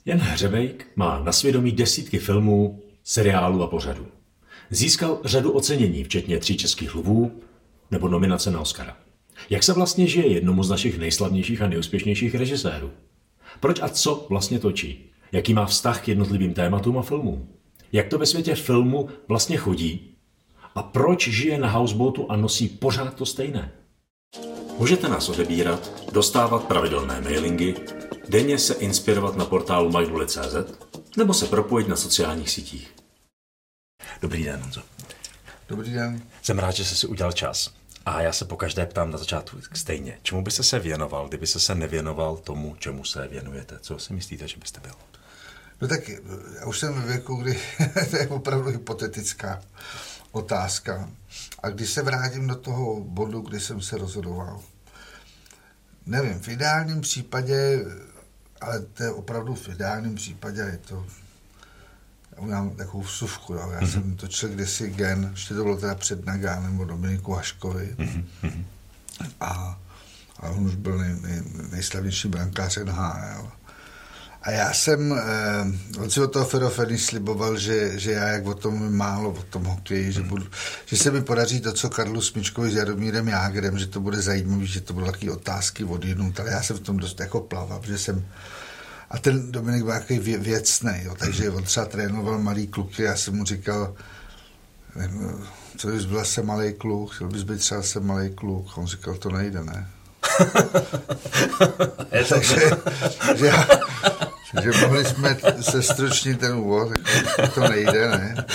Jan Hřebejk má na svědomí desítky filmů, seriálů a pořadů. Získal řadu ocenění, včetně 3 českých lvů nebo nominace na Oscara. Jak se vlastně žije jednomu z našich nejslavnějších a nejúspěšnějších režisérů? Proč a co vlastně točí? Jaký má vztah k jednotlivým tématům a filmům? Jak to ve světě filmu vlastně chodí? A proč žije na houseboatu a nosí pořád to stejné? Můžete nás odebírat, dostávat pravidelné mailingy, denně se inspirovat na portálu mybullet.cz nebo se propojit na sociálních sítích. Dobrý den, Honzo. Dobrý den. Jsem rád, že jsi si udělal čas. A já se pokaždé ptám na začátku stejně. Čemu byste se věnoval, kdyby se nevěnoval tomu, čemu se věnujete? Co si myslíte, že byste byl? No tak já už jsem ve věku, kdy to je opravdu hypotetická otázka. A když se vrátím do toho bodu, kdy jsem se rozhodoval, nevím, v ideálním případě, ale to je opravdu v ideálním případě, je to, já udělám takovou vsuvku, jo. Já jsem točil kdysi Gen, ještě to bylo teda před Nagánem o Dominiku Haškovi. A on už byl nejslavnější brankář NHL. A já jsem, on si od toho Ferofeny sliboval, že já jak o tom málo, o tom hokeji, že se mi podaří to, co Karlu Smyčkovi s Jaromírem Jágrem, že to bude zajímavé, že to budou takové otázky odjinud, ale já jsem v tom dost jako plaval, že jsem, a ten Dominik byl takový věcnej, jo, takže on třeba trénoval malý kluky, já jsem mu říkal, co bys byl se malej kluk, chtěl bys být třeba se malej kluk, on říkal, to nejde, ne? Takže mohli jsme se stručnit ten úvod, to nejde, ne?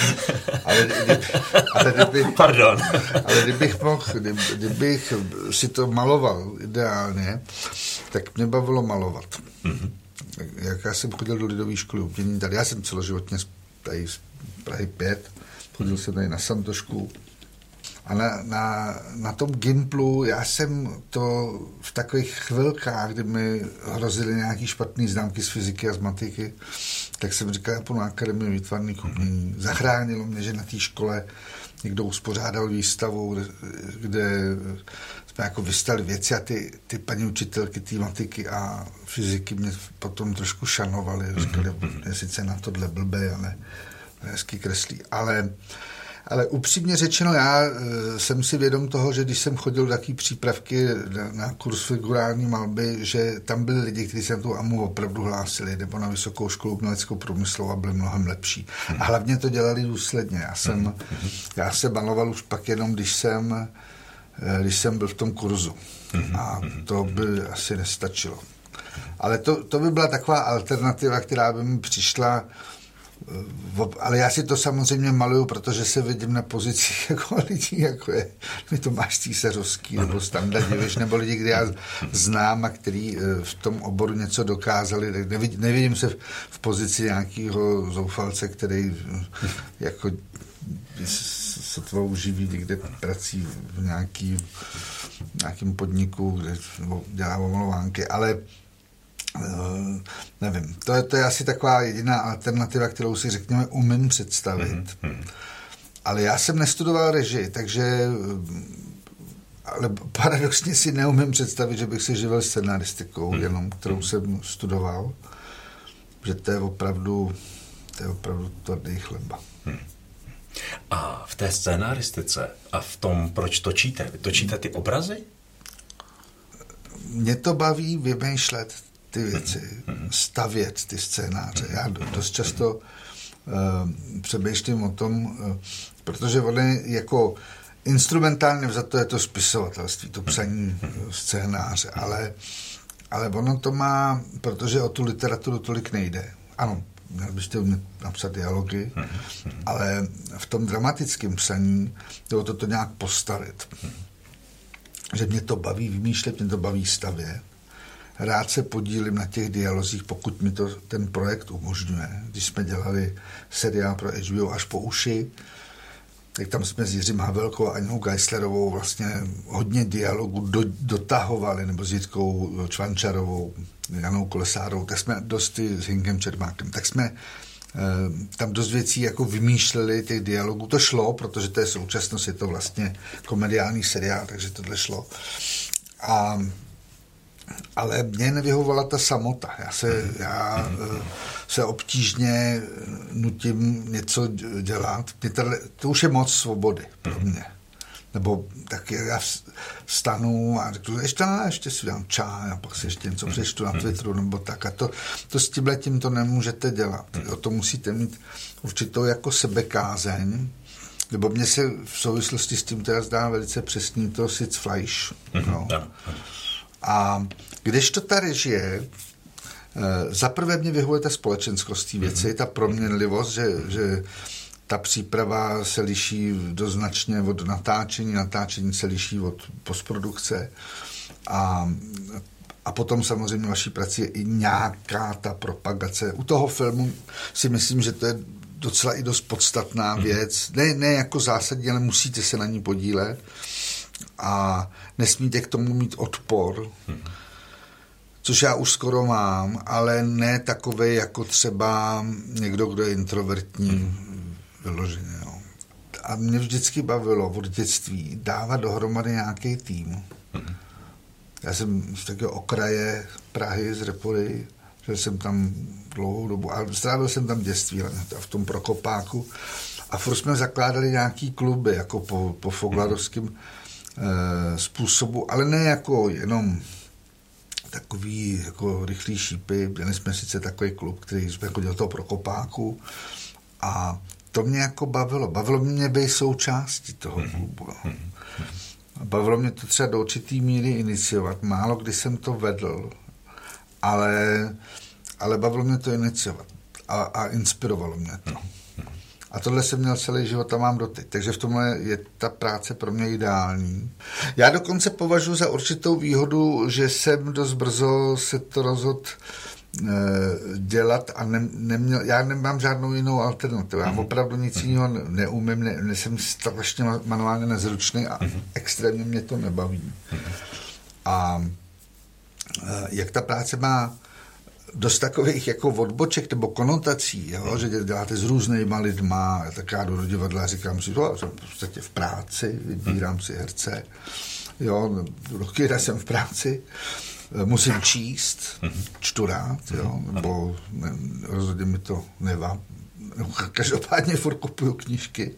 Ale kdybych si to maloval ideálně, tak mě bavilo malovat. Jak já jsem chodil do lidové školy umění, tady já jsem celoživotně tady z Prahy 5, chodil jsem tady na Santošku. A na tom Gimplu já jsem to v takových chvilkách, kdy mi hrozily nějaký špatný známky z fyziky a z matiky, tak jsem říkal, já půjdu na Akademii výtvarných umění. Zachránilo mě, že na té škole někdo uspořádal výstavu, kde jsme jako vystali věci a ty paní učitelky té matiky a fyziky mě potom trošku šanovaly. Říkali, je sice na tohle blbej, ale hezky kreslí. Ale upřímně řečeno, já jsem si vědom toho, že když jsem chodil do takové přípravky na kurz figurální malby, že tam byli lidi, kteří se na tu AMU opravdu hlásili, nebo na Vysokou školu uměleckou průmyslovou a byli mnohem lepší. A hlavně to dělali důsledně. Já jsem maloval už pak jenom, když jsem byl v tom kurzu. A to by asi nestačilo. Ale to by byla taková alternativa, která by mi přišla. Ale já si to samozřejmě maluju, protože se vidím na pozici jako lidí, jako je Tomáš Císařovský nebo Standa Diviš, nebo lidi, kdy já znám a který v tom oboru něco dokázali. Nevidím se v pozici nějakého zoufalce, který jako sotvou živí někde prací v nějakým podniku, kde dělá omlouvánky, ale nevím, to je asi taková jediná alternativa, kterou si řekněme umím představit. Ale já jsem nestudoval režii, takže ale paradoxně si neumím představit, že bych se živil scenaristikou, jenom kterou jsem studoval, že to je opravdu tvrdý chleba. A v té scénaristice a v tom, proč točíte? Vy točíte ty obrazy? Mě to baví vymýšlet ty věci, stavět ty scénáře. Já dost často přemýšlím o tom, protože ono jako instrumentálně vzato je to spisovatelství, to psaní scénáře, ale ono to má, protože o tu literaturu tolik nejde. Ano, měl byste umět napsat dialogy, ale v tom dramatickém psaní jde to nějak postavit. Že mě to baví vymýšlet, mě to baví stavět. Rád se podílím na těch dialozích, pokud mi to ten projekt umožňuje. Když jsme dělali seriál pro HBO Až po uši, tak tam jsme s Jiřím Havelkou a Aňou Geislerovou vlastně hodně dialogů dotahovali, nebo s Jitkou Čvančarovou, Janou Kolesárovou, tak jsme dost s Hinkem Čermákem, tak jsme tam dost věcí jako vymýšleli těch dialogů. To šlo, protože to je současnost, je to vlastně komediální seriál, takže tohle šlo. A ale mě nevyhovovala ta samota. Já se obtížně nutím něco dělat. To už je moc svobody pro mě. Nebo tak já vstanu a řeknu, ještě si dám čaj a pak si ještě něco přečtu na Twitteru nebo tak. A to s tímhletím to nemůžete dělat. Jo, to musíte mít určitou jako sebekázeň. Nebo mně se v souvislosti s tím teda zdá velice přesný to Sitzfleisch. No. A když to ta režie, zaprvé mě vyhovuje ta společenskost té věci, ta proměnlivost, že ta příprava se liší doznačně od natáčení se liší od postprodukce a potom samozřejmě vaší práci je i nějaká ta propagace. U toho filmu si myslím, že to je docela i dost podstatná věc. Ne jako zásadní, ale musíte se na ní podílet a nesmíte k tomu mít odpor, což já už skoro mám, ale ne takovej jako třeba někdo, kdo je introvertní vyloženě. Jo. A mě vždycky bavilo od dětství dávat dohromady nějaký tým. Já jsem z takového okraje Prahy, z Repory, že jsem tam dlouhou dobu, ale strávil jsem tam dětství v tom Prokopáku a furt jsme zakládali nějaký kluby, jako po foglarovském způsobu, ale ne jako jenom takový jako rychlý šípy. Měli jsme sice takový klub, který jsme chodili do toho Prokopáku a to mě jako bavilo. Bavilo mě být součástí toho klubu. Bavilo mě to třeba do určitý míry iniciovat. Málo kdy jsem to vedl, ale bavilo mě to iniciovat a inspirovalo mě to. A tohle jsem měl celý život a mám doteď. Takže v tomhle je ta práce pro mě ideální. Já dokonce považuji za určitou výhodu, že jsem dost brzo se to rozhodl dělat a já nemám žádnou jinou alternativu. Já opravdu nic jiného neumím, jsem strašně manuálně nezručný a extrémně mě to nebaví. A jak ta práce má dost takových jako odboček nebo konotací, jo? Že děláte s různýma lidma, tak já jdu do divadla a říkám si, že jsem v podstatě v práci, vybírám si herce, jo, roky jsem v práci, musím číst, čtu rád, jo, nebo rozhodně mi to nevá. Každopádně furt kupuju knížky.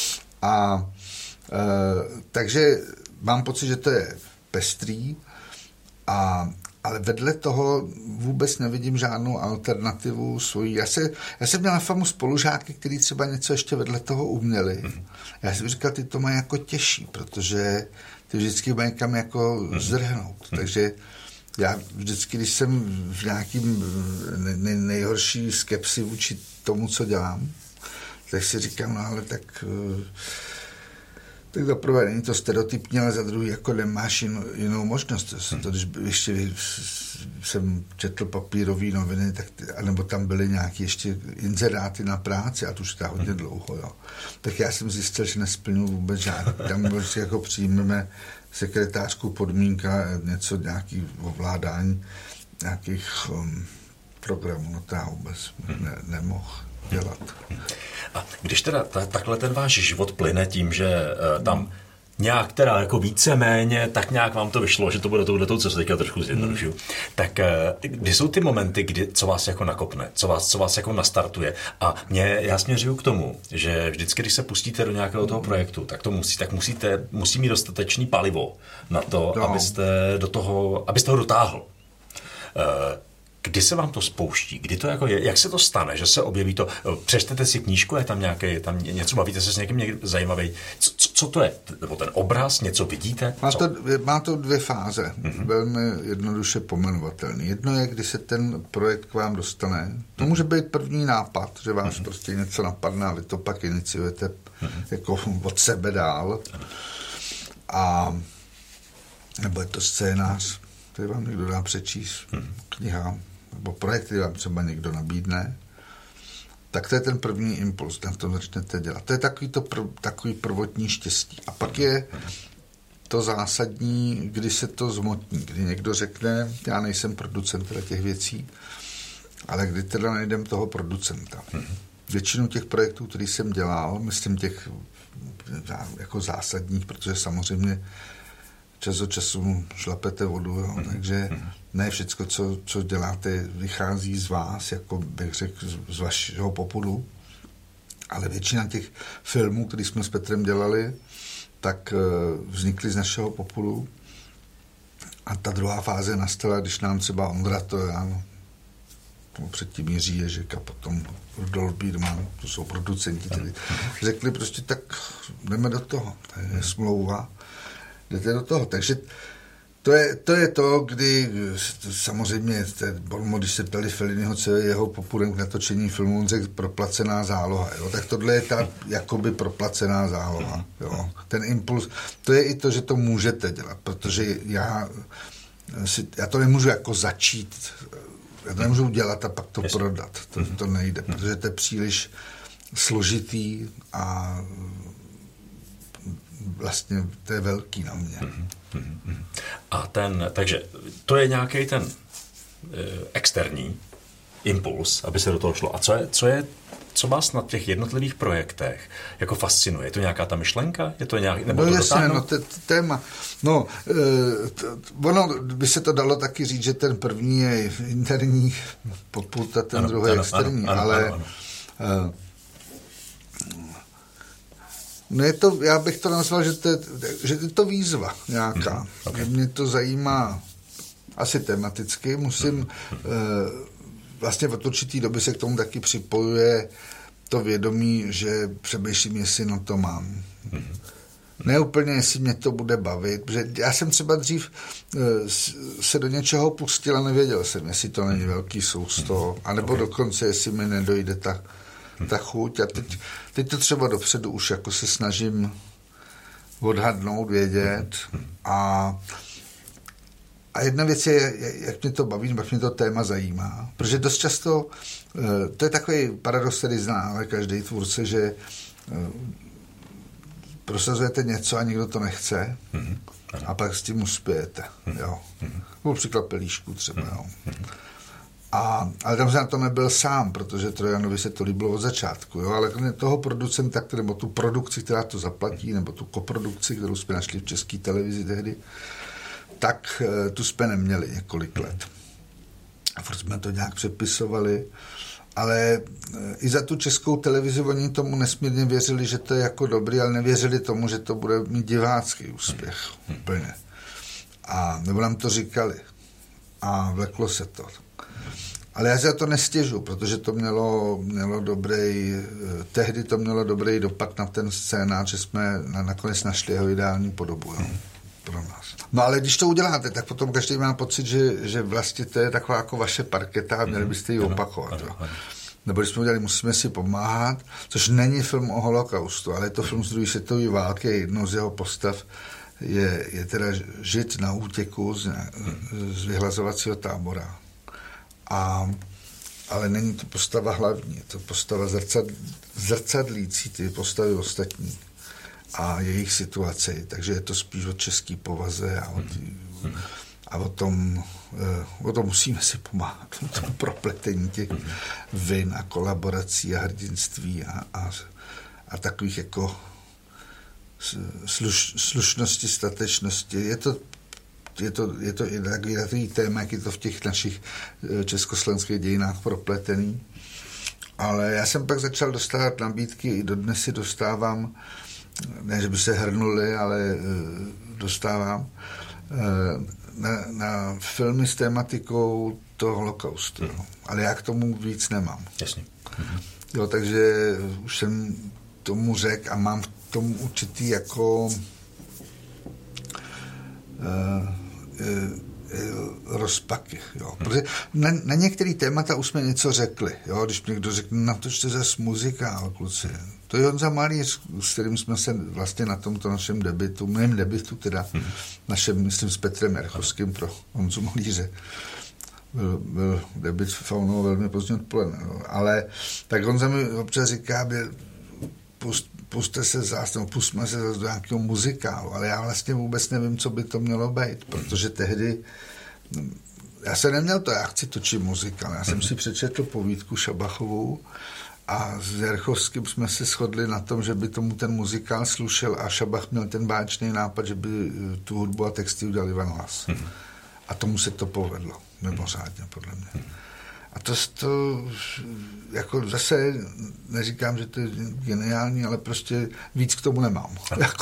Takže mám pocit, že to je pestrý, ale vedle toho vůbec nevidím žádnou alternativu svojí. Já jsem měl na famu spolužáky, kteří třeba něco ještě vedle toho uměli. Já jsem říkal, ty to mají jako těžší, protože ty vždycky mají kam jako zdrhnout. Takže já vždycky, když jsem v nějakým nejhorší skepsi vůči tomu, co dělám, tak si říkám, no ale tak za prvé není to stereotypní, ale za druhý jako nemáš jinou možnost. To, když ještě jsem četl papírové noviny, nebo tam byly nějaké ještě inzeráty na práci, a to už je hodně dlouho, jo. Tak já jsem zjistil, že nesplňuji vůbec žádný. Tam prostě jako přijmeme sekretářku podmínka, něco, nějaký ovládání nějakých programů, no to já vůbec nemohl dělat. A když teda takhle ten váš život plyne tím, že tam nějak teda jako víceméně, tak nějak vám to vyšlo, že to bude touhletou, co se teďka trošku zjednodušuju. Tak kdy jsou ty momenty, co vás jako nakopne, co vás jako nastartuje? A já směřuju k tomu, že vždycky, když se pustíte do nějakého toho projektu, tak musí mít dostatečný palivo na to, abyste ho dotáhl. Kdy se vám to spouští? Kdy to jako je? Jak se to stane, že se objeví to? Přečtete si knížku, je tam něco, bavíte se s někým zajímavý. Co to je? Nebo ten obraz, něco vidíte? Má to dvě fáze, velmi jednoduše pomenovatelný. Jedno je, kdy se ten projekt k vám dostane. To může být první nápad, že vás prostě něco napadne a vy to pak iniciujete jako od sebe dál. A nebo je to scénář, který vám někdo dá přečíst, kniha, nebo projekt, který vám třeba někdo nabídne, tak to je ten první impuls, na to začnete dělat. To je takový prvotní štěstí. A pak je to zásadní, kdy se to zmotní, kdy někdo řekne, já nejsem producent těch věcí, ale kdy teda najdem toho producenta. Většinu těch projektů, který jsem dělal, myslím těch jako zásadních, protože samozřejmě čas od času šlapete vodu, jo. Takže ne všecko, co děláte, vychází z vás, jako bych řekl, z vašeho popudu, ale většina těch filmů, které jsme s Petrem dělali, tak vznikly z našeho popudu. A ta druhá fáze nastala, když nám třeba Ondra Tojan, předtím Jiří Ježek a potom Rudolf Bírman, to jsou producenti, tedy řekli prostě tak jdeme do toho, to je smlouva, jdete do toho. Takže to je to, kdy samozřejmě, když se ptali Felliniho, co je jeho popudem k natočení filmu, on řekl proplacená záloha. Jo? Tak tohle je ta jakoby proplacená záloha. Jo? Ten impuls, to je i to, že to můžete dělat, protože já to nemůžu jako začít, já to nemůžu udělat a pak to prodat. To nejde, protože to je příliš složitý a vlastně to je velký na mě. A takže to je nějaký ten externí impuls, aby se do toho šlo. A co vás na těch jednotlivých projektech jako fascinuje? Je to nějaká ta myšlenka? Je to nějaký, nebo no to jasně, téma. No, ono by se to dalo taky říct, že ten první je interní popud a ten druhý je externí, ale no je to, já bych to nazval, že je to výzva nějaká. Okay. Mě to zajímá asi tematicky, musím vlastně od určitý doby se k tomu taky připojuje to vědomí, že přemýšlím, jestli na to mám. Ne úplně, jestli mě to bude bavit, protože já jsem třeba dřív se do něčeho pustil a nevěděl jsem, jestli to není velký sousto, anebo dokonce, jestli mi nedojde ta chuť. A teď to třeba dopředu už jako se snažím odhadnout, vědět. A jedna věc je, jak mě to baví, jak mě to téma zajímá. Protože dost často, to je takový paradox, který zná, ale každý tvůrce, že prosazujete něco a nikdo to nechce a pak s tím uspějete. Jo. Například Pelíšku třeba. Jo. Ale tam se na to nebyl sám, protože Trojanovi se to líbilo od začátku, jo? Ale kromě toho producenta, nebo tu produkci, která to zaplatí, nebo tu koprodukci, kterou jsme našli v České televizi tehdy, tak tu jsme neměli několik let. A furt jsme to nějak přepisovali, ale i za tu Českou televizi oni tomu nesmírně věřili, že to je jako dobrý, ale nevěřili tomu, že to bude mít divácký úspěch. Úplně. Nebo nám to říkali. A vleklo se to. Ale já se to nestěžu, protože to mělo tehdy to mělo dobrý dopad na ten scénář, že jsme nakonec našli jeho ideální podobu, jo, pro nás. No ale když to uděláte, tak potom každý má pocit, že vlastně to je taková jako vaše parketa a měli byste ji opakovat. Jo. Nebo když jsme udělali Musíme si pomáhat, což není film o holokaustu, ale je to film z druhé světové války, jednou z jeho postav je teda žid na útěku z vyhlazovacího tábora. Ale není to postava hlavní, je to postava zrcadlící ty postavy ostatní a jejich situace, takže je to spíš o české povaze a o tom musíme si pomáhat, o tom propletení těch vin a kolaborací a hrdinství a takových jako slušnosti, statečnosti. Je to i takový téma, jak je to v těch našich československých dějinách propletený. Ale já jsem pak začal dostávat nabídky, i dodnes si dostávám, ne, že by se hrnuli, ale dostávám na filmy s tématikou toho holokaustu. Ale já k tomu víc nemám. Jasně. Jo, takže už jsem tomu řekl a mám v tom určitý jako rozpaky. Jo. Protože na některé témata už jsme něco řekli. Jo. Když někdo řekne, natočte zase muzikál, kluci. To je Honza Malíř, s kterým jsme se vlastně na tomto našem mém debitu, teda našem, myslím, s Petrem Erchovským pro Honzu Malíře. Byl debit Faunou velmi pozdě odpoledne. No. Ale tak Honza mi občas říká, pustme se zase do nějakého muzikálu, ale já vlastně vůbec nevím, co by to mělo být, protože tehdy já jsem neměl to, já chci točit muzikál, já jsem si přečetl povídku Šabachovou A s Jerchovským jsme se shodli na tom, že by tomu ten muzikál slušel a Šabach měl ten báječný nápad, že by tu hudbu a texty udělal Ivan Hlas. A tomu se to povedlo, mimořádně, podle mě. A to jako zase neříkám, že to je geniální, ale prostě víc k tomu nemám.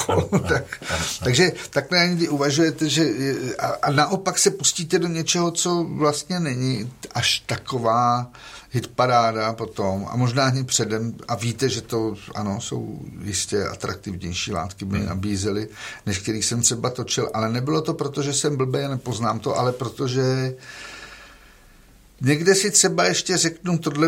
Takže takhle někdy uvažujete, že a naopak se pustíte do něčeho, co vlastně není až taková hitparáda potom a možná hned předem a víte, že to, ano, jsou jistě atraktivnější látky, mi nabízely, než kterých jsem třeba točil, ale nebylo to proto, že jsem blbej a nepoznám to, ale protože někde si třeba ještě řeknu, tohle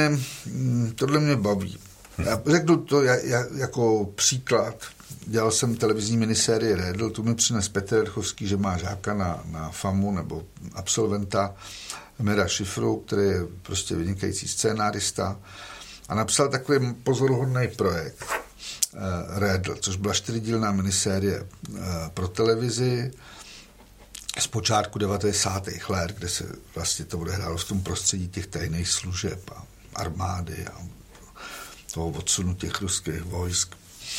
mě baví. Já řeknu to jako příklad. Dělal jsem televizní minisérii Redl, tu mi přines Petr Jerchovský, že má žáka na FAMu nebo absolventa Mira Šifru, který je prostě vynikající scénárista a napsal takový pozoruhodný projekt Redl, což byla 4dílná minisérie pro televizi z počátku 90. let, kde se vlastně to odehrálo v tom prostředí těch tajných služeb a armády a toho odsunu těch ruských vojsk.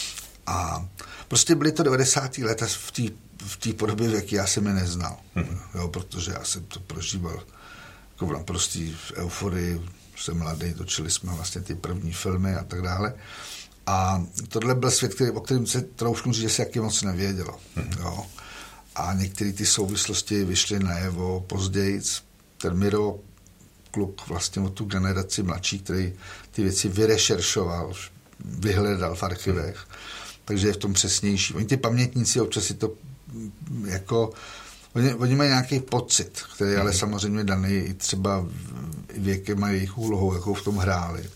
A prostě byly to 90. let v té podobě, v jaký já jsem je neznal. Jo, protože já jsem to prožíval jako v naprostý euforii, jsem mladý, točili jsme vlastně ty první filmy a tak dále. A tohle byl svět, o kterém se trošku říct, že se jaký moc nevědělo. Jo. A některé ty souvislosti vyšly najevo později. Ten Miro, kluk vlastně o tu generaci mladší, který ty věci vyrešeršoval, vyhledal v archivech, takže je v tom přesnější. Oni ty pamětníci občas si to jako, oni mají nějaký pocit, který ale samozřejmě daný i třeba věkem a jejich úlohou, jakou v tom hráli.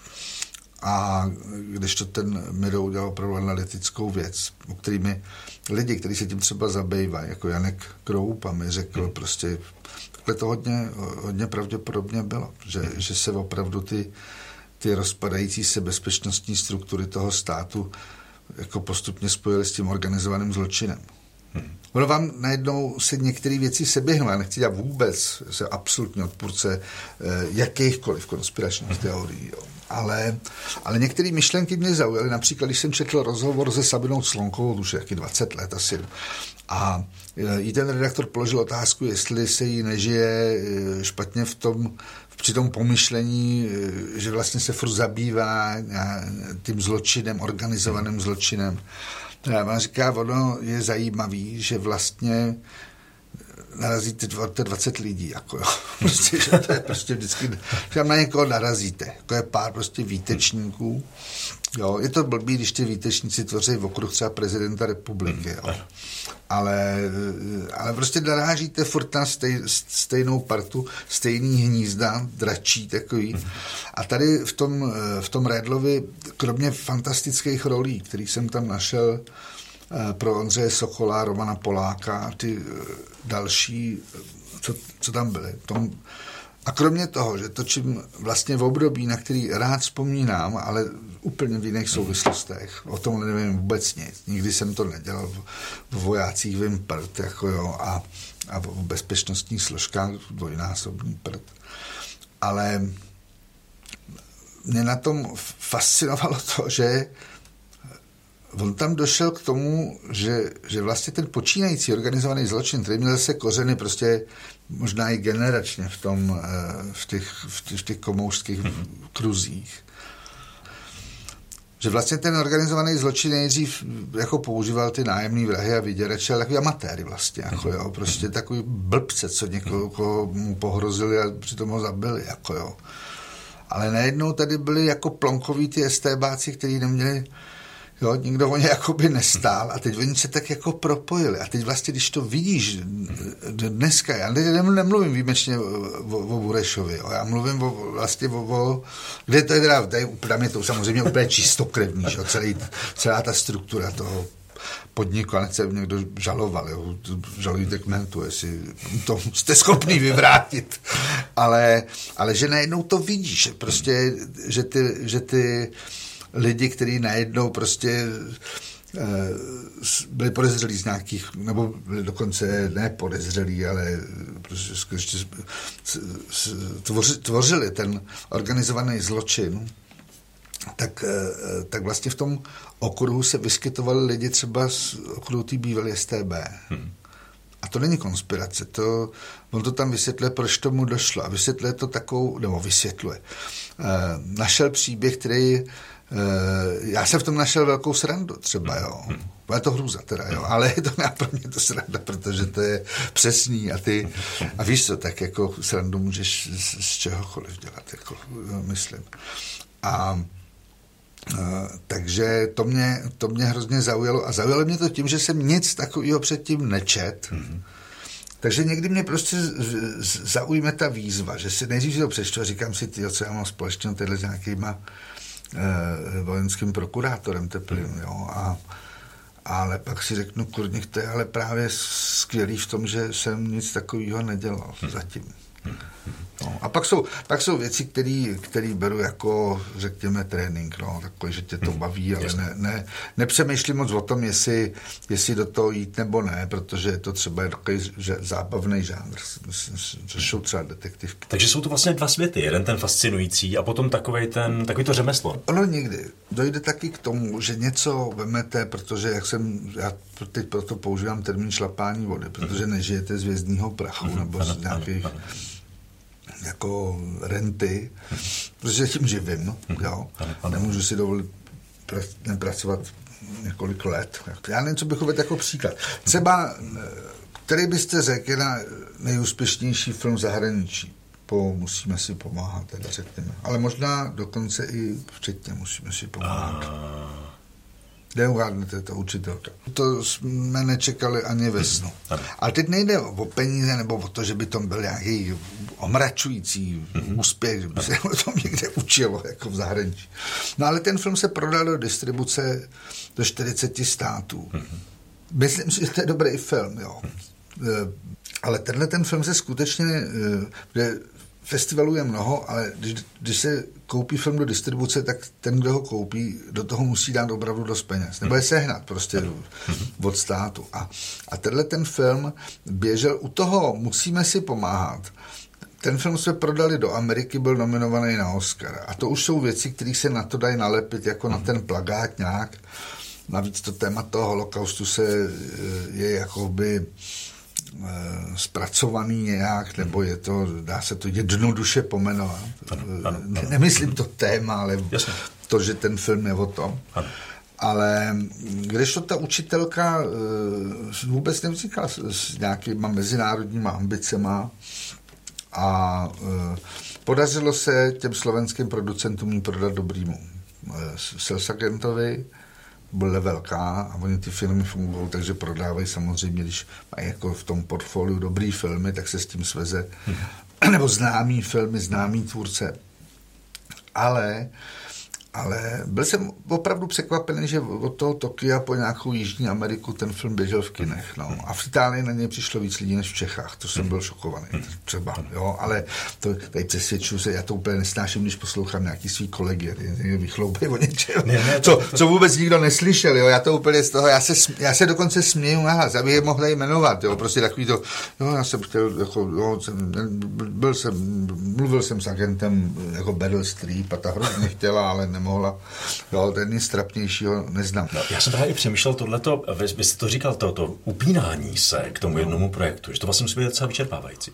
A když to ten Miro udělal opravdu analytickou věc, o kterými lidi, kteří se tím třeba zabývají, jako Janek Kroup, a mi řekl prostě, takhle to hodně pravděpodobně bylo, že se opravdu ty rozpadající se bezpečnostní struktury toho státu jako postupně spojily s tím organizovaným zločinem. Ono vám najednou se některé věci seběhnou. Já nechci dělat vůbec se absolutně odpůrce jakýchkoliv konspiračních teorií. Jo. Ale některé myšlenky mě zaujaly. Například, když jsem četl rozhovor se Sabinou Slonkovou, už je 20 let asi, a jí ten redaktor položil otázku, jestli se jí nežije špatně při tom pomyšlení, že vlastně se furt zabývá tím zločinem, organizovaným zločinem. A říká, ono je zajímavý, že vlastně narazíte 20 lidí, jako jo. Prostě, že to je prostě vždycky, že tam na někoho narazíte, jako je pár prostě výtečníků, jo. Je to blbý, když ty výtečníci tvoří v okruh třeba prezidenta republiky, jo. Ale prostě narážíte furt na stejnou partu, stejný hnízda, dračí takový. A tady v tom Redlovi, kromě fantastických rolí, který jsem tam našel pro Ondřeje Sokola, Romana Poláka a ty další, co tam byly. A kromě toho, že točím vlastně v období, na který rád vzpomínám, ale úplně v jiných souvislostech. O tom nevím vůbec nic. Nikdy jsem to nedělal v vojácích, vím prd, jako jo, a v bezpečnostních složkách dvojnásobný prd. Ale mě na tom fascinovalo to, že on tam došel k tomu, že vlastně ten počínající organizovaný zločin, který měl zase kořeny prostě možná i generačně v těch komoušských kruzích. Že vlastně ten organizovaný zločin nejdřív jako používal ty nájemný vrahy a vyděrače, ale takový amatéry vlastně, jako jo, prostě takový blbce, co někoho mu pohrozili a přitom ho zabili, jako jo. Ale najednou tady byli jako plonkoví ty STBáci, kteří neměli, jo, nikdo o ně jakoby nestál a teď oni se tak jako propojili. A teď vlastně, když to vidíš dneska, já nemluvím výjimečně o Burešovi, jo, já mluvím vlastně kde to je teda, tam je to samozřejmě úplně čistokrevný, že, celá ta struktura toho podniku, a nechce někdo žaloval, jo, žalujte k mentu, jestli to jste schopný vyvrátit. Ale že najednou to vidíš, že prostě, že ty lidi, kteří najednou prostě byli podezřelí z nějakých, nebo byli dokonce ne podezřelí, ale prostě tvořili ten organizovaný zločin, tak vlastně v tom okruhu se vyskytovali lidi třeba z okruhu té bývalé STB. A to není konspirace, on to tam vysvětluje, proč tomu došlo. A vysvětluje to vysvětluje. Našel příběh, který já jsem v tom našel velkou srandu třeba, jo. Je to hrůza teda, jo, ale je to pro mě to sranda, protože to je přesný a víš co, tak jako srandu můžeš z čehokoliv dělat, jako myslím. Takže to mě hrozně zaujalo a zaujalo mě to tím, že jsem nic takového předtím nečet. Takže někdy mě prostě zaujme ta výzva, že si nejdřív to přečtu a říkám si, co já mám společného s nějakýma vojenským prokurátorem teplým, jo, ale pak si řeknu, kurník, to je ale právě skvělý v tom, že jsem nic takového nedělal zatím. No, a pak jsou věci, které beru jako, řekněme, trénink, no, takový, že tě to baví, ale nepřemýšlím moc o tom, jestli do toho jít nebo ne, protože je to třeba takový zábavný žánr, že jsou třeba detektivky. Takže jsou to vlastně dva světy, jeden ten fascinující a potom takový to řemeslo. Ono někdy dojde taky k tomu, že něco vemete, protože já teď proto používám termín šlapání vody, protože nežijete z hvězdního prachu nebo z nějakých jako renty, protože tím živím, jo. Nemůžu si dovolit nepracovat několik let. Já nevím, co bych uvedl jako příklad. Třeba, který byste řekl, je nejúspěšnější film v zahraničí. Musíme si pomáhat, teda řekněme. Ale možná dokonce i včetně musíme si pomáhat. Neuhádnete to učitelka. To jsme nečekali ani ve snu. Ale teď nejde o peníze nebo o to, že by to byl nějaký omračující úspěch, že by se o tom někde učilo, jako v zahraničí. No ale ten film se prodal do distribuce do 40 států. Myslím si, že to je dobrý film, jo. Ale ten film se skutečně, festivalů je mnoho, ale když se koupí film do distribuce, tak ten, kdo ho koupí, do toho musí dát opravdu dost peněz. Nebo je sehnat prostě od státu. A ten film běžel u toho, musíme si pomáhat. Ten film jsme prodali do Ameriky, byl nominovaný na Oscara. A to už jsou věci, které se na to dají nalepit jako na ten plakát nějak. Navíc to téma toho holokaustu je jakoby zpracovaný nějak, nebo dá se to jednoduše pomenovat. Nemyslím to téma, ale to, že ten film je o tom. Ale když to ta učitelka vůbec nevznikla s nějakýma mezinárodníma ambicema a podařilo se těm slovenským producentům ji prodat dobrýmu Selsagentovi, byla velká a oni ty filmy fungují, takže prodávají samozřejmě, když mají jako v tom portfoliu dobrý filmy, tak se s tím sveze, nebo známý filmy, známý tvůrce. Ale byl jsem opravdu překvapený, že od toho Tokia po nějakou Jižní Ameriku ten film běžel v kinech. No. A v Itálii na něj přišlo víc lidí než v Čechách. To jsem byl šokovaný. Třeba, jo, ale to tady přesvědčuju se, já to úplně nesnáším, když poslouchám nějaký svý kolegy, vychloupají o něčem, co vůbec nikdo neslyšel. Jo. Já to úplně z toho, já se dokonce směju nahlas, aby je mohla jmenovat. Jo. Prostě takový to, jo, já jsem chtěl, jako, mluvil jsem s agentem jako Beryl Streep a ta hrozně chtěla, ale nemohla. Jo, ten nic trapnějšího neznám. No, já jsem právě i přemýšlel tohleto, vy jste to říkal, to upínání se k tomu jednomu projektu, že to vlastně musí být docela vyčerpávající.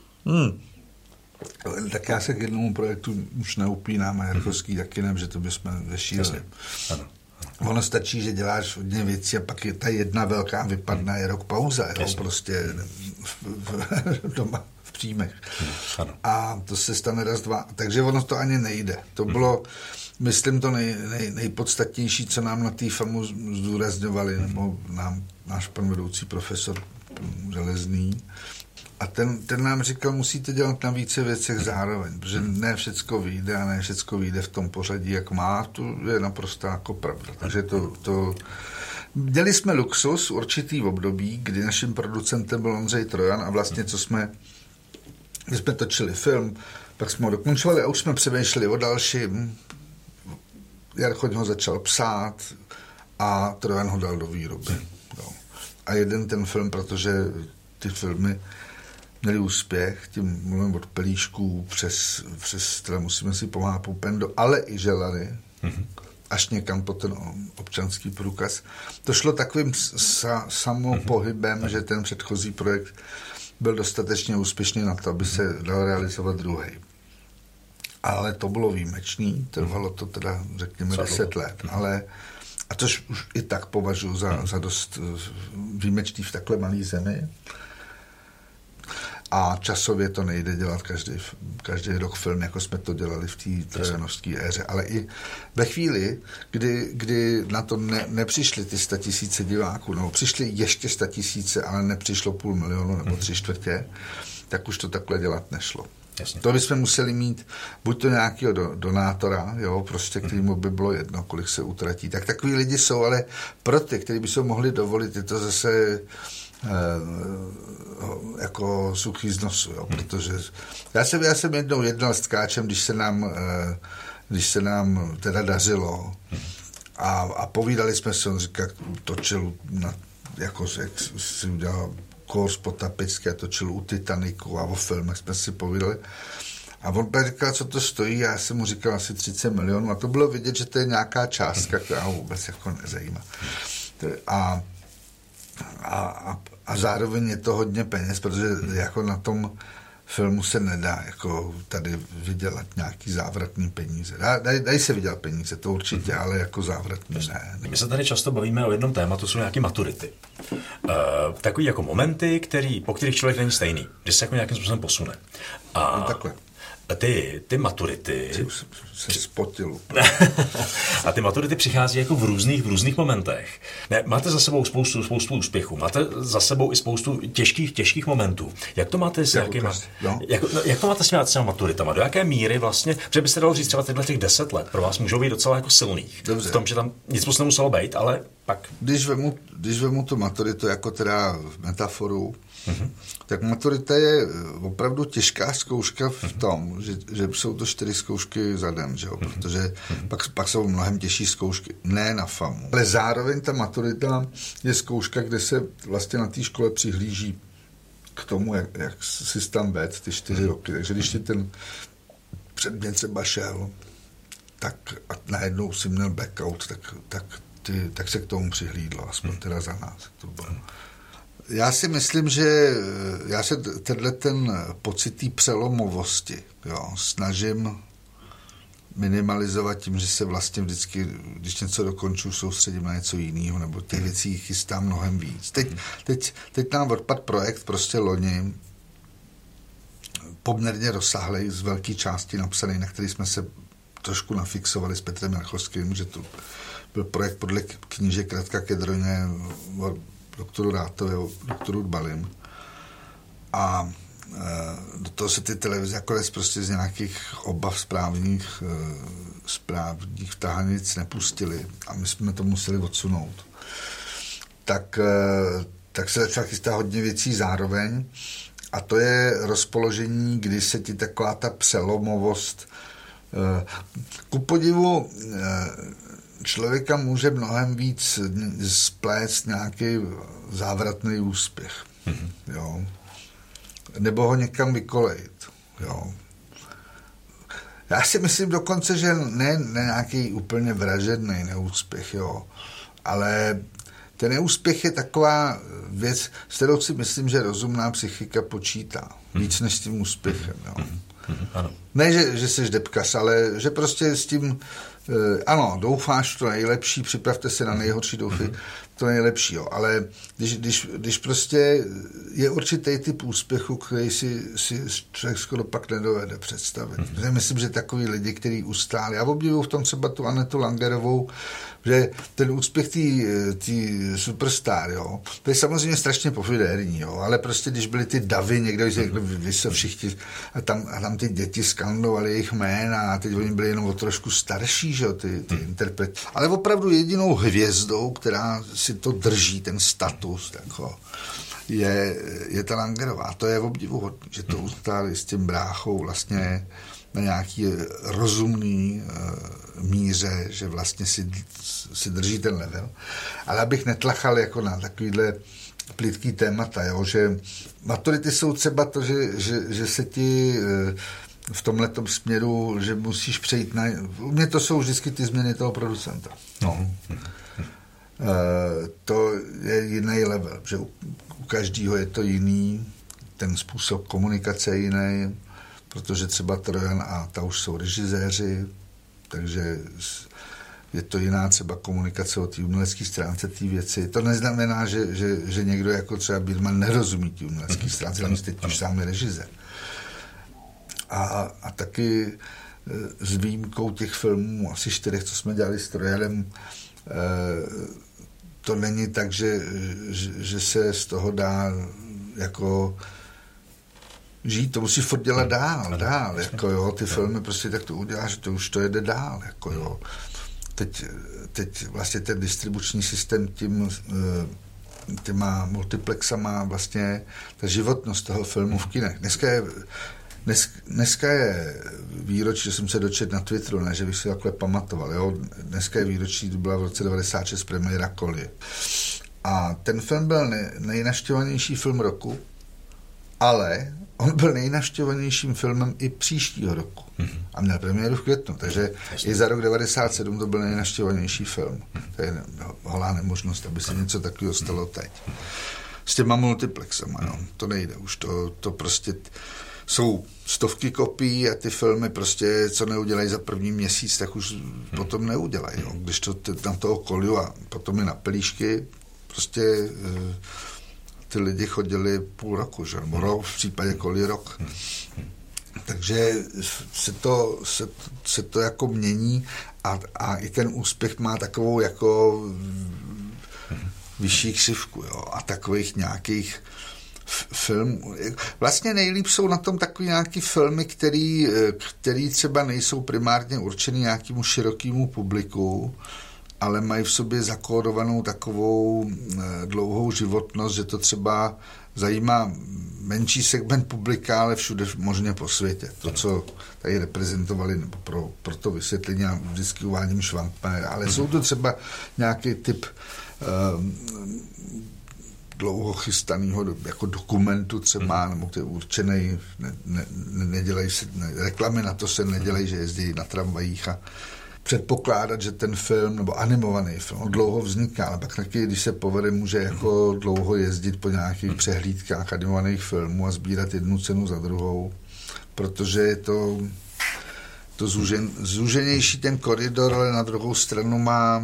Tak já se k jednomu projektu už neupínám a Jarkovský taky ne, že to bychom zešířili. Ono stačí, že děláš hodně věcí a pak je ta jedna velká vypadne, je rok pauza, jo, prostě doma v příjmech. A to se stane raz, dva. Takže ono to ani nejde. To bylo, myslím, to nejpodstatnější, co nám na té FAMu zdůrazňovali, nebo náš pan vedoucí profesor Železný. A ten nám říkal, musíte dělat na více věcech zároveň, protože ne všecko vyjde a ne všecko vyjde v tom pořadí, jak má, to je naprosto jako pravda. Takže to měli jsme luxus určitý období, kdy naším producentem byl Ondřej Trojan a vlastně, když jsme točili film, pak jsme ho dokončovali a už jsme přemýšleli o dalším. Jarchoň ho začal psát a Trojan ho dal do výroby. A jeden ten film, protože ty filmy měli úspěch, tím mluvím od Pelíšků přes teda musíme si pomáhat Pupendo, ale i Želary. až někam po ten občanský průkaz. To šlo takovým samopohybem, že ten předchozí projekt byl dostatečně úspěšný na to, aby se dal realizovat druhý. Ale to bylo výjimečný, trvalo to teda, řekněme, 10 let, ale a tož už i tak považuji za dost výjimečný v takhle malé zemi. A časově to nejde dělat každý rok film, jako jsme to dělali v té trojanovské éře. Ale i ve chvíli, kdy na to nepřišly ty 100 000 diváků, no přišly ještě 100 000, ale nepřišlo 500 000 nebo 3/4, tak už to takhle dělat nešlo. Jasně. To bychom museli mít buď to nějakého donátora, jo, prostě, kterýmu by bylo jedno, kolik se utratí. Tak takový lidi jsou, ale pro ty, kteří by se mohli dovolit, je to zase jako suchý z nosu, jo, protože já jsem jednou jednal s tkáčem, když se nám teda dařilo a povídali jsme se, on říká, točil jako si udělal kurz po Tapické, točil u Titaniku a o filmech jsme si povídali. A on pak říkal, co to stojí, a já jsem mu říkal asi 30 milionů a to bylo vidět, že to je nějaká částka, která ho vůbec jako nezajímá. A zároveň je to hodně peněz, protože jako na tom filmu se nedá jako tady vydělat nějaký závratný peníze. Dají se vydělat peníze, to určitě, ale jako závratný ne. My se tady často bavíme o jednom tématu, jsou nějaké maturity. Takový jako momenty, po kterých člověk není stejný, že se jako nějakým způsobem posune. No takhle. Ty maturity... Se spotil. A ty maturity přichází jako v různých momentech. Ne, máte za sebou spoustu úspěchů, máte za sebou i spoustu těžkých momentů. Jak to máte s nějakýma... Jak to máte s těma maturitama? Do jaké míry vlastně, protože byste dalo říct třeba těch 10 let, pro vás můžou být docela jako silných. Dobře. V tom, že tam nic moc nemuselo být, ale pak... Když vemu tu maturitu jako teda metaforu, tak maturita je opravdu těžká zkouška v tom, že jsou to 4 zkoušky za den, že jo? Protože pak jsou mnohem těžší zkoušky, ne na FAMu. Ale zároveň ta maturita je zkouška, kde se vlastně na té škole přihlíží k tomu, jak jsi tam vedl ty 4 roky. Takže když ti ten předmět třeba šel, tak a najednou si měl blackout, tak se k tomu přihlídlo, aspoň teda za nás. To bylo. Já si myslím, že já se ten pocit té přelomovosti snažím minimalizovat tím, že se vlastně vždycky, když něco dokonču, soustředím na něco jiného, nebo těch věcí chystám mnohem víc. Teď nám odpad projekt prostě loni, poměrně rozsáhlej, z velké části napsaný, na který jsme se trošku nafixovali s Petrem Rachovským, že to byl projekt podle knížek Radka Kedroně, doktoru Rátovi, doktoru Dbalim. A do toho se ty televize nakonec prostě z nějakých obav správních vtahanic nepustili a my jsme to museli odsunout. Tak se začala chystat hodně věcí zároveň a to je rozpoložení, kdy se ti taková ta přelomovost ku podivu člověka může mnohem víc splést nějaký závratný úspěch. Jo. Nebo ho někam vykolejit. Jo. Já si myslím dokonce, že ne nějaký úplně vražedný neúspěch, jo. Ale ten neúspěch je taková věc, s kterou si myslím, že rozumná psychika počítá. Víc než s tím úspěchem. Jo. Ano. Ne, že jsi debkař, ale že prostě s tím ano, doufáš to nejlepší, připravte se na nejhorší, doufy to nejlepší, jo. Ale když prostě je určitý typ úspěchu, který si člověk skoro pak nedovede představit. Myslím, že takový lidi, kteří ustáli, já obdivuju v tom třeba tu Anetu Langerovou, že ten úspěch tý superstar, jo, to je samozřejmě strašně pofidérní, jo, ale prostě když byly ty davy, někdo vy se všichni a tam ty děti skandovali jejich jména a teď oni byli jenom o trošku starší, že jo, ty interpreti. Ale opravdu jedinou hvězdou, která si to drží, ten status, jako, je ta Langerová. To je obdivuhodné, že to ustáli s tím bráchou vlastně na nějaký rozumný míře, že vlastně si drží ten level. Ale abych netlachal jako na takovýhle plytký témata, jo, že maturity jsou třeba to, že se ti v tomhletom směru, že musíš přejít na... U mě to jsou vždycky ty změny toho producenta. No. To je jiný level, že u každého je to jiný, ten způsob komunikace je jiný, protože třeba Trojan a ta už jsou režiséři, takže je to jiná třeba komunikace o té umělecké stránce té věci. To neznamená, že někdo jako třeba Birdman nerozumí té umělecké stránce, ale teď už sám je režisér. A taky s výjimkou těch filmů, asi 4, co jsme dělali s Trojanem, to není tak, že se z toho dá jako žít, to musí furt dělat dál, jako jo, ty filmy prostě tak to uděláš, že to už to jede dál, jako jo. Teď vlastně ten distribuční systém těma multiplexama vlastně ta životnost toho filmu v kinech. Dneska je výročí, že jsem se dočetl na Twitteru, ne, že bych si takhle pamatoval, jo. Dneska je výročí, to byla v roce 96 premiéra Kolie. A ten film byl nejnavštěvovanější film roku, ale on byl nejnavštěvovanějším filmem i příštího roku. A měl premiéru v květnu, takže i za rok 97 to byl nejnavštěvovanější film. To je holá nemožnost, aby se něco takového stalo teď. S těma multiplexama, no, to nejde už, to prostě jsou stovky kopií a ty filmy prostě, co neudělají za první měsíc, tak už potom neudělají. Jo. Když to na toho Koliu a potom i na Pelíšky, prostě ty lidi chodili půl roku, že? Nebo rok, v případě Koli rok. Takže se to jako mění a i ten úspěch má takovou jako vyšší křivku, jo? A takových nějakých filmů. Vlastně nejlíp jsou na tom takový nějaký filmy, který třeba nejsou primárně určený nějakému širokému publiku, ale mají v sobě zakódovanou takovou dlouhou životnost, že to třeba zajímá menší segment publika, ale všude možně po světě. To, co tady reprezentovali, nebo pro to vysvětlení, já vždycky uvádím Švankmajer, ale jsou to třeba nějaký typ dlouho chystaného jako dokumentu třeba, nebo který je určený, nedělají se, reklamy na to se nedělají, že jezdí na tramvajích a předpokládat, že ten film, nebo animovaný film, on dlouho vzniká, ale pak taky, když se povede, může jako dlouho jezdit po nějakých přehlídkách animovaných filmů a sbírat jednu cenu za druhou, protože je to zúženější ten koridor, ale na druhou stranu má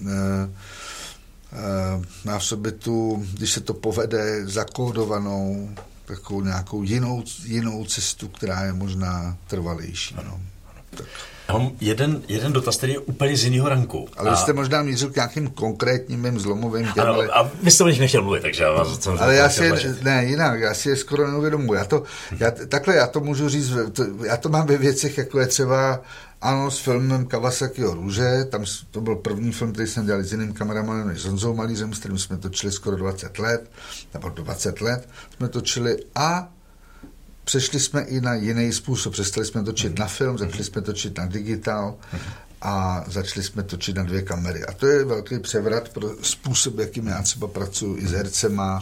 v sobě tu, když se to povede, zakódovanou takovou nějakou jinou cestu, která je možná trvalejší. No. Tak. Já mám jeden dotaz, který je úplně z jiného ranku. Ale vy jste možná mířil k nějakým konkrétním mým zlomovým těm. Ano, a vy jste o nich nechtěl mluvit, takže já vás... Ale já si je skoro neuvědomuji. Já to můžu říct, já to mám ve věcech, jako je třeba ano, s filmem Kawasakiho Růže, tam to byl první film, který jsem dělal s jiným kameramanem než s Honzou Malířem, s kterým jsme točili skoro 20 let, nebo 20 let jsme točili a přešli jsme i na jiný způsob. Přestali jsme točit na film, začali jsme točit na digitál a začali jsme točit na 2 kamery. A to je velký převrat pro způsob, jakým já třeba pracuji i s hercema,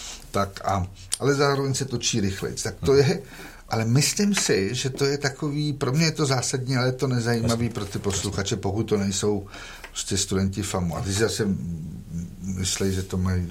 ale zároveň se točí rychleji. Tak to je, ale myslím si, že to je takový, pro mě je to zásadní, ale je to nezajímavý pro ty posluchače, pokud to nejsou prostě studenti FAMu. A ty si zase myslí, že to mají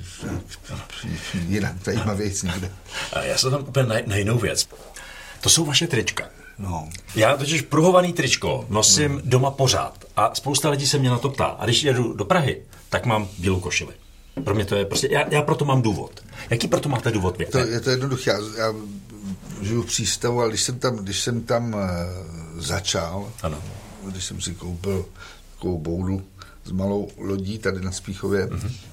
jinak zajímavějc někde. Já se tam úplně na jinou věc. To jsou vaše trička. No. Já totiž pruhovaný tričko nosím doma pořád a spousta lidí se mě na to ptá. A když jedu do Prahy, tak mám bílou košili. Pro mě to je prostě, já proto mám důvod. Jaký proto máte důvod? Je to jednoduché. Já žiju v Přístavu, ale když jsem tam začal, ano. Když jsem si koupil takovou boudu s malou lodí tady na Spíchově,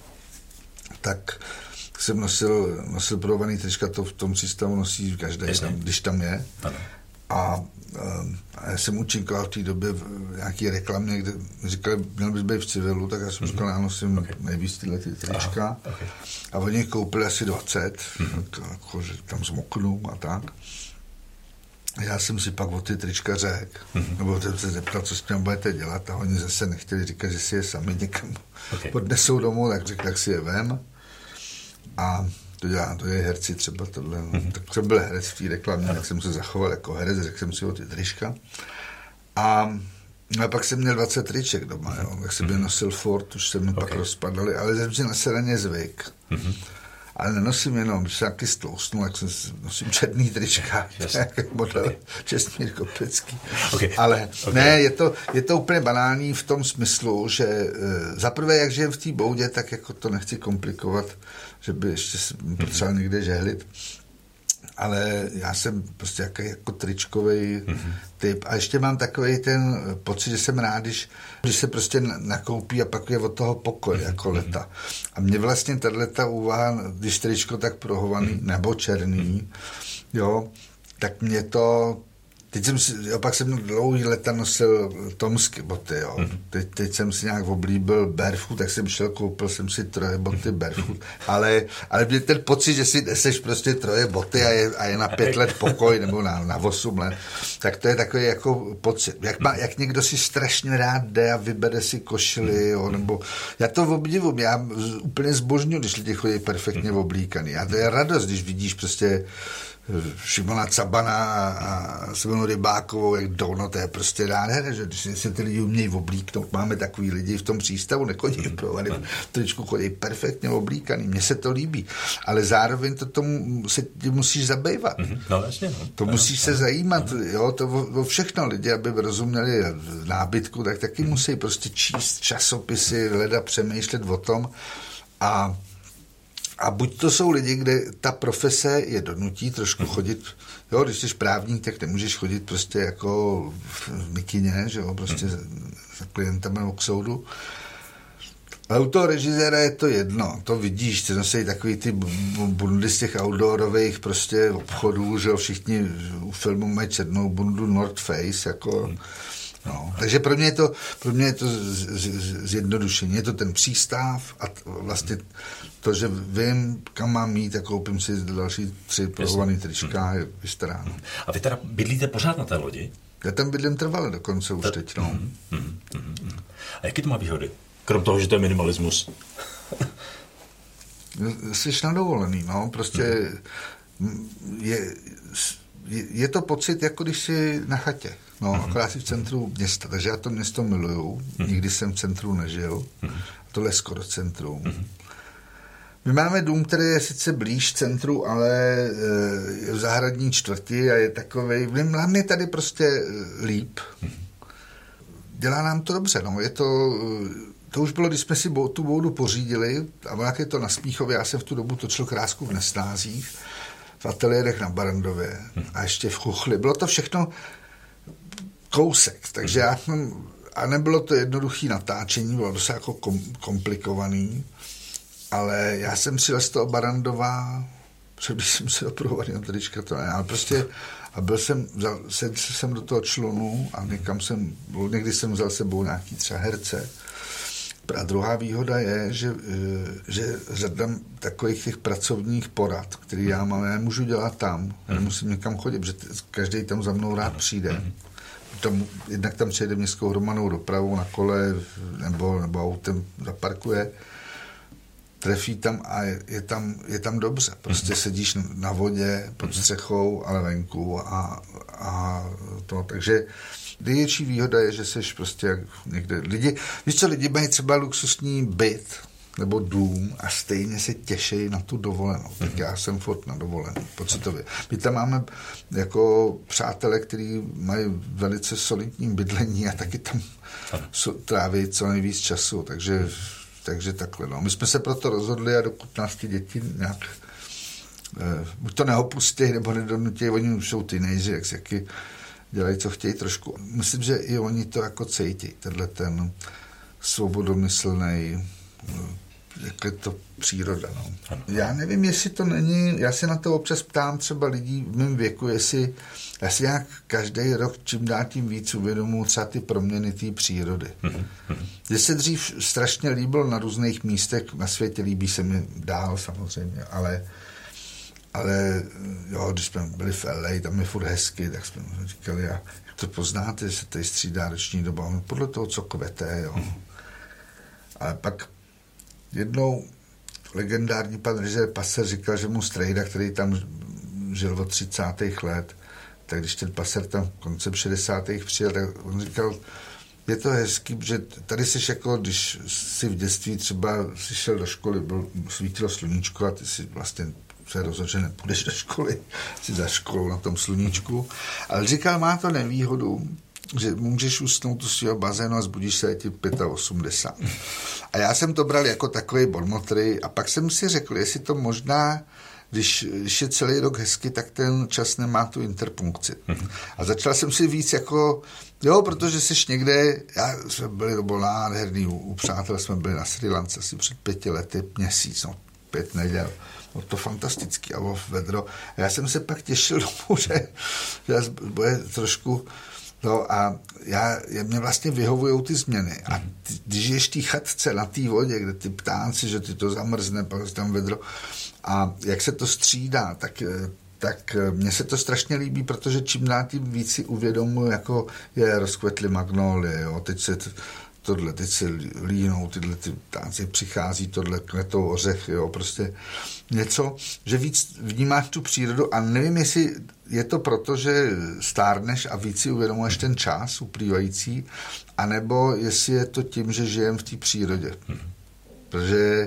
tak jsem nosil pruhovaný trička, to v tom Přístavu nosí každý, když tam je. Ano. A já jsem účinkoval v té době v nějaké reklamě, kde říkali, měl bys být v civilu, tak já jsem říkal, já nosím nejvíc tyhle trička. A oni koupili asi 20, jako, že tam zmoknu a tak. A já jsem si pak o ty trička řekl, nebo jsem se zeptal, co s tím budete dělat, a oni zase nechtěli říkat, že si je sami někam odnesou domů, tak řekl, tak si je vem. A to je herci třeba tohle. Tak jsem byl herec v té reklamě, tak jsem se zachoval jako herec, řekl jsem si o ty trička. A pak jsem měl 20 triček doma, jo. Tak jsem je nosil furt, už se mi pak rozpadaly, ale jsem si na seraně zvyk. Ale nenosím jenom, když jsem taky stlousnul, jak nosím černý trička, jak model Čestmír Kopecký. Ale ne, je to úplně banální v tom smyslu, že zaprvé, jak žijem v té boudě, tak jako to nechci komplikovat, že by ještě potřeboval někde žehlit. Ale já jsem prostě jako tričkovej typ. A ještě mám takový ten pocit, že jsem rád, když se prostě nakoupí a pak je od toho pokoj, jako leta. A mě vlastně tato úvaha, když tričko tak prohovaný nebo černý, jo, tak mě to... Pak jsem dlouhý leta nosil tomské boty, jo. Teď jsem si nějak oblíbil barefoot, tak jsem šel, koupil jsem si 3 boty barefoot. Ale mě ten pocit, že si neseš prostě 3 boty a je na 5 let pokoj, nebo na 8 let, tak to je takový jako pocit. Jak někdo si strašně rád jde a vybere si košili, jo, nebo já to obdivuji, já úplně zbožňuji, když lidi chodí perfektně oblíkaný. A to je radost, když vidíš prostě Šimona Cabana a Simonu Rybákovou, jak jdou, no to je prostě nádhera, že když se ty lidi umějí oblíknout, máme takový lidi v tom přístavu, nechodí v tričku, chodí perfektně oblíkaný, mně se to líbí, ale zároveň to tomu se musíš zabývat. No, jasně, no. To musíš se zajímat, jo, to o všechno lidi, aby rozuměli nábytku, tak taky musí prostě číst časopisy, hledat, přemýšlet o tom a buď to jsou lidi, kde ta profese je donutí trošku chodit, jo, když jsi právník, tak nemůžeš chodit prostě jako v mikině, že jo, prostě za klientama k soudu. Ale u toho režiséra je to jedno, to vidíš, ty nosí takový ty bundy z těch outdoorových prostě obchodů, že jo, všichni u filmu mají černou bundu North Face, jako... No, takže pro mě je to zjednodušení. Je to ten přístav a vlastně to, že vím, kam mám jít a koupím si další 3 prohovaný trička, je vystaráno. A vy teda bydlíte pořád na té lodi? Já tam bydlím trvale dokonce už teď, no. A jaký to má výhody? Krom toho, že to je minimalismus. Jsi na dovolený, no. Prostě je to pocit, jako když jsi na chatě. No, akorát jsi v centru města, takže já to město miluju. Nikdy jsem v centru nežil. Tohle je skoro centrum. My máme dům, který je sice blíž centru, ale je v zahradní čtvrti a je takovej, nám je tady prostě líp. Dělá nám to dobře, no. Je to už bylo, když jsme si tu boudu pořídili, a jak je to na Smíchově, já jsem v tu dobu točil Krásku v Nestázích, v ateliérech na Barandově a ještě v Chuchli. Bylo to všechno kousek, takže a nebylo to jednoduché natáčení, bylo dost jako komplikovaný, ale já jsem přijel z toho Barandova, když jsem se doprovodil na trička, to ne, ale prostě a sedl jsem do toho člunu a někdy jsem vzal sebou nějaký třeba herce. A druhá výhoda je, že řada takových těch pracovních porad, které já mám, já můžu dělat tam, já nemusím někam chodit, protože každý tam za mnou rád přijde. Jednak tam přijede městskou hromadnou dopravou na kole nebo autem zaparkuje, trefí tam a je tam dobře. Prostě sedíš na vodě pod střechou, ale venku a to. Takže největší výhoda je, že seš prostě jak někde. Lidi mají třeba luxusní byt nebo dům a stejně se těší na tu dovolenou. Tak já jsem furt na dovolenou, pocitově. My tam máme jako přátelé, kteří mají velice solidní bydlení a taky tam tráví co nejvíc času, takže takhle. No. My jsme se proto rozhodli a dokud nás ty děti nějak buď to neopustí, nebo nedonutí, oni už jsou teenageři, jak si dělají, co chtějí trošku. Myslím, že i oni to jako cítí, tenhle ten svobodomyslnej, jak je to příroda. No. Já nevím, jestli to není, já se na to občas ptám třeba lidí v mém věku, jestli nějak každý rok čím dál tím víc uvědomuji třeba ty proměny té přírody. Mně se dřív strašně líbilo na různých místech na světě, líbí se mi dál samozřejmě, ale jo, když jsme byli v LA, tam je furt hezky, tak jsme říkali, jak to poznáte, že se tady střídá roční doba, podle toho, co kvete, jo. Ale pak jednou legendární pan režisér Passer říkal, že mu Strejda, který tam žil od 30. let, tak když ten Passer tam koncem 60. přijel, tak on říkal, je to hezký, že tady jsi jako, když si v dětství třeba si šel do školy, svítilo sluníčko a ty si vlastně se rozhodl, že nepůjdeš do školy, si za školou na tom sluníčku, ale říkal, má to nevýhodu, že můžeš usnout u svého bazénu a zbudíš se ti 85. A já jsem to bral jako takový bonmotry a pak jsem si řekl, jestli to možná, když je celý rok hezky, tak ten čas nemá tu interpunkci. A začal jsem si víc jako, protože jsi někde, jsme byli, to bylo nádherný, u přátel jsme byli na Srí Lance asi před 5 lety, měsíc, 5 neděl. No to fantastický, a vedro. A já jsem se pak těšil domů, že bude trošku. No a mě vlastně vyhovujou ty změny. A když ješ tý chatce na té vodě, kde ty ptáci, že ty to zamrzne, pak tam vedro. A jak se to střídá, tak mně se to strašně líbí, protože čím dál tím víc si uvědomuji, jako je rozkvetly magnolie, jo, teď se línou, tyhle ty ptáci přichází, tohle kvetou ořech, jo, prostě něco, že víc vnímáš tu přírodu a nevím, jestli je to proto, že stárneš a víc si uvědomuješ ten čas uplývající, anebo jestli je to tím, že žijem v té přírodě. Protože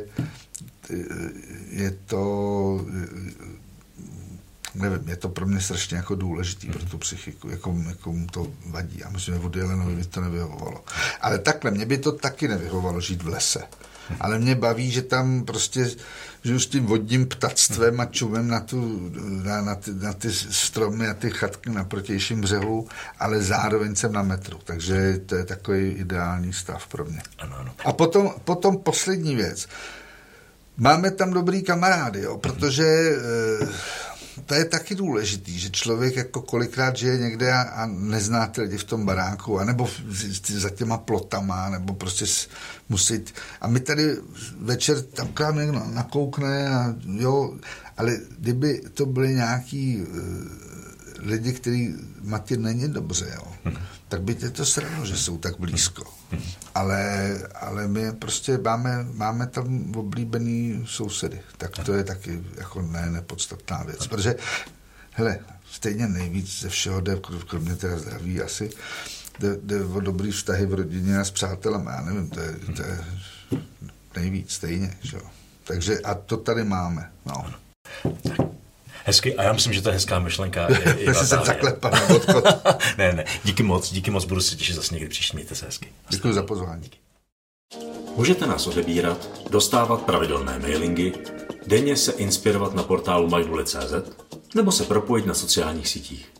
je to, nevím, je to pro mě strašně jako důležitý pro tu psychiku, jako mu to vadí. A myslím, že Woody Allenovi by to nevyhovovalo. Ale takhle, mě by to taky nevyhovovalo žít v lese. Ale mě baví, že tam prostě žiju s tím vodním ptactvem a čumem na ty stromy a ty chatky na protějším břehu, ale zároveň jsem na metru. Takže to je takový ideální stav pro mě. Ano. A potom poslední věc. Máme tam dobrý kamarády, jo, protože to je taky důležitý, že člověk jako kolikrát žije někde a nezná ty lidi v tom baráku, anebo za těma plotama, nebo prostě musí. A my tady večer tam k nám někdo nakoukne a jo, ale kdyby to byly nějaký lidi, který Matěj není dobře, jo, tak by tě to sralo, že jsou tak blízko. Ale my prostě máme tam oblíbený sousedy. Tak to je taky jako nepodstatná věc. Protože, hele, stejně nejvíc ze všeho jde, kromě teda zdraví asi, jde o dobrý vztahy v rodině a s přátelem. Já nevím, to je nejvíc stejně. Že? Takže a to tady máme. No. Hezky, a já myslím, že to je hezká myšlenka. Jsi se zaklepal na vodko. Ne, díky moc, budu se těšit zase někdy příště, mějte se hezky. Děkuji za pozvání. Můžete nás odebírat, dostávat pravidelné mailingy, denně se inspirovat na portálu mybully.cz nebo se propojit na sociálních sítích.